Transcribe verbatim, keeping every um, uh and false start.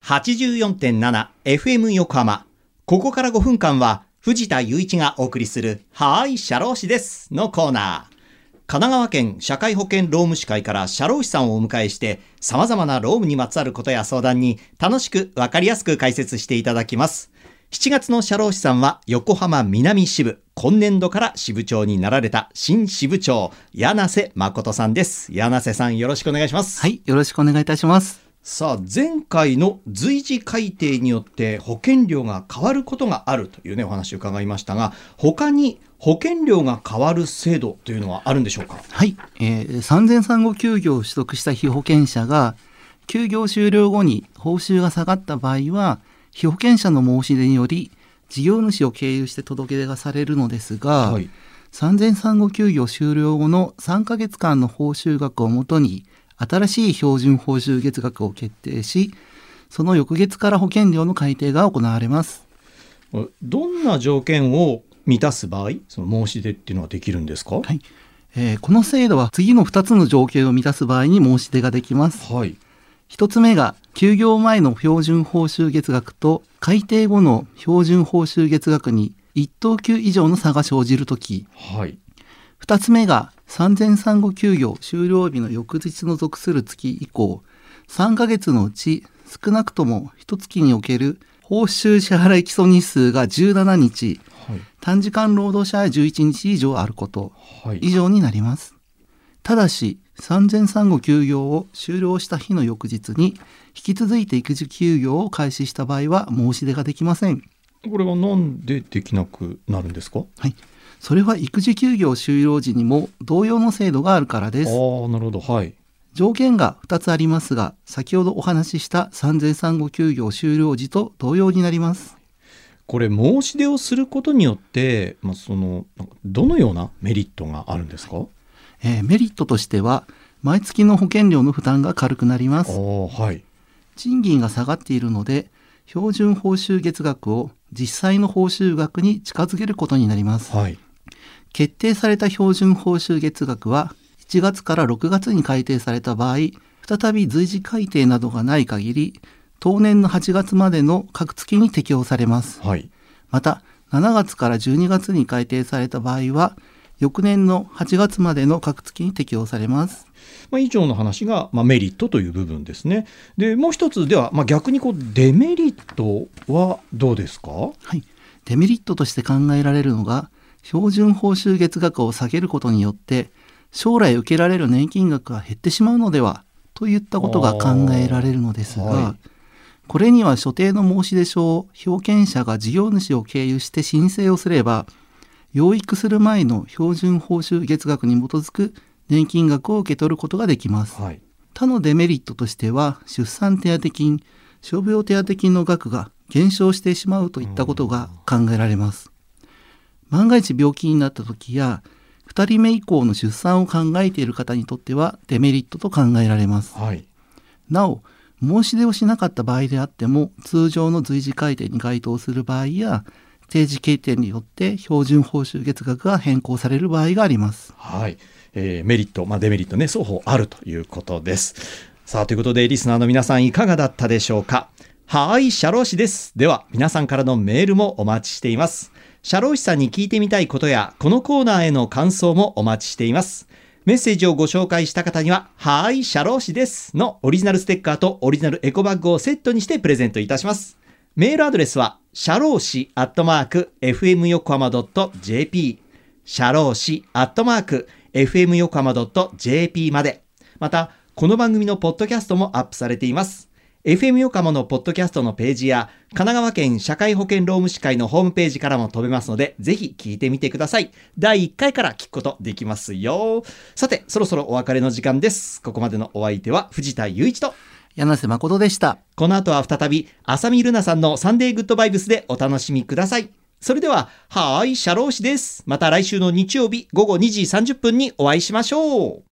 はちじゅうよんてんななエフエム 横浜。ここからごふんかんは藤田雄一がお送りするはーい社労士ですのコーナー。神奈川県社会保険労務士会から社労士さんをお迎えして様々な労務にまつわることや相談に楽しくわかりやすく解説していただきます。しちがつの社労士さんは横浜南支部、今年度から支部長になられた新支部長柳瀬誠さんです。柳瀬さん、よろしくお願いします。 はい、よろしくお願いいたします。 さあ、前回の随時改定によって保険料が変わることがあるというねお話を伺いましたが、他に保険料が変わる制度というのはあるんでしょうか？ はい、えー、産前産後休業を取得した被保険者が休業終了後に報酬が下がった場合は、被保険者の申し出により事業主を経由して届け出がされるのですが、はい、産前産後休業終了後のさんかげつかんの報酬額をもとに新しい標準報酬月額を決定し、その翌月から保険料の改定が行われます。 どんな条件を満たす場合、その申し出っていうのはできるんですか？ はい、えー、この制度は次のふたつの条件を満たす場合に申し出ができます。 はい、 ひとつめが休業前の標準報酬月額と改定後の標準報酬月額にいち等級以上の差が生じるとき、 はい、 ふたつめが産前産後休業終了日の翌日の属する月以降さんかげつのうち少なくともいちがつにおける報酬支払い基礎日数がじゅうななにち、はい、短時間労働者はじゅういちにち以上あること以上になります。はい、ただし産前産後休業を終了した日の翌日に引き続いて育児休業を開始した場合は申し出ができません。 これはなんでできなくなるんですか？ はい、それは育児休業終了時にも同様の制度があるからです。 ああ、なるほど。はい。 条件がふたつありますが、先ほどお話しした産前産後休業終了時と同様になります。 これ申し出をすることによって、まあ、そのどのようなメリットがあるんですか？ えー、メリットとしては毎月の保険料の負担が軽くなります。 あ、はい、 賃金が下がっているので標準報酬月額を実際の報酬額に近づけることになります。 はい、 決定された標準報酬月額はいちがつからろくがつに改定された場合、再び随時改定などがない限り当年のはちがつまでの各月に適用されます。 はい、 またしちがつからじゅうにがつに改定された場合は翌年のはちがつまでの各月に適用されます。 まあ、以上の話が、まあ、メリットという部分ですね。で、もう一つでは、まあ、逆にこうデメリットはどうですか？ はい、デメリットとして考えられるのが標準報酬月額を下げることによって将来受けられる年金額が減ってしまうのではといったことが考えられるのですが、はい、これには所定の申出書を被保険者が事業主を経由して申請をすれば養育する前の標準報酬月額に基づく年金額を受け取ることができます。はい、他のデメリットとしては出産手当金、傷病手当金の額が減少してしまうといったことが考えられます。万が一病気になった時やふたりめ以降の出産を考えている方にとってはデメリットと考えられます。はい、なお申し出をしなかった場合であっても通常の随時改定に該当する場合や定時決定によって標準報酬月額が変更される場合があります。 はい、えー、メリット、まあ、デメリットね、双方あるということです。さあ、ということでリスナーの皆さんいかがだったでしょうか？はい、社労士です。では皆さんからのメールもお待ちしています。社労士さんに聞いてみたいことやこのコーナーへの感想もお待ちしています。メッセージをご紹介した方にははい、社労士ですのオリジナルステッカーとオリジナルエコバッグをセットにしてプレゼントいたします。メールアドレスは社労士アットマーク エフエム 横浜 ドット ジェーピー 社労士アットマーク エフエム 横浜 ドット ジェーピー まで。またこの番組のポッドキャストもアップされています。エフエム 横浜のポッドキャストのページや神奈川県社会保険労務士会のホームページからも飛べますので、ぜひ聞いてみてください。だいいっかいから聞くことできますよ。さて、そろそろお別れの時間です。ここまでのお相手は藤田雄一と柳瀬誠でした。 この後は再び浅見ルナさんのサンデーグッドバイブスでお楽しみください。それでは、はーい、社労士です。また来週の日曜日午後にじさんじゅっぷんにお会いしましょう。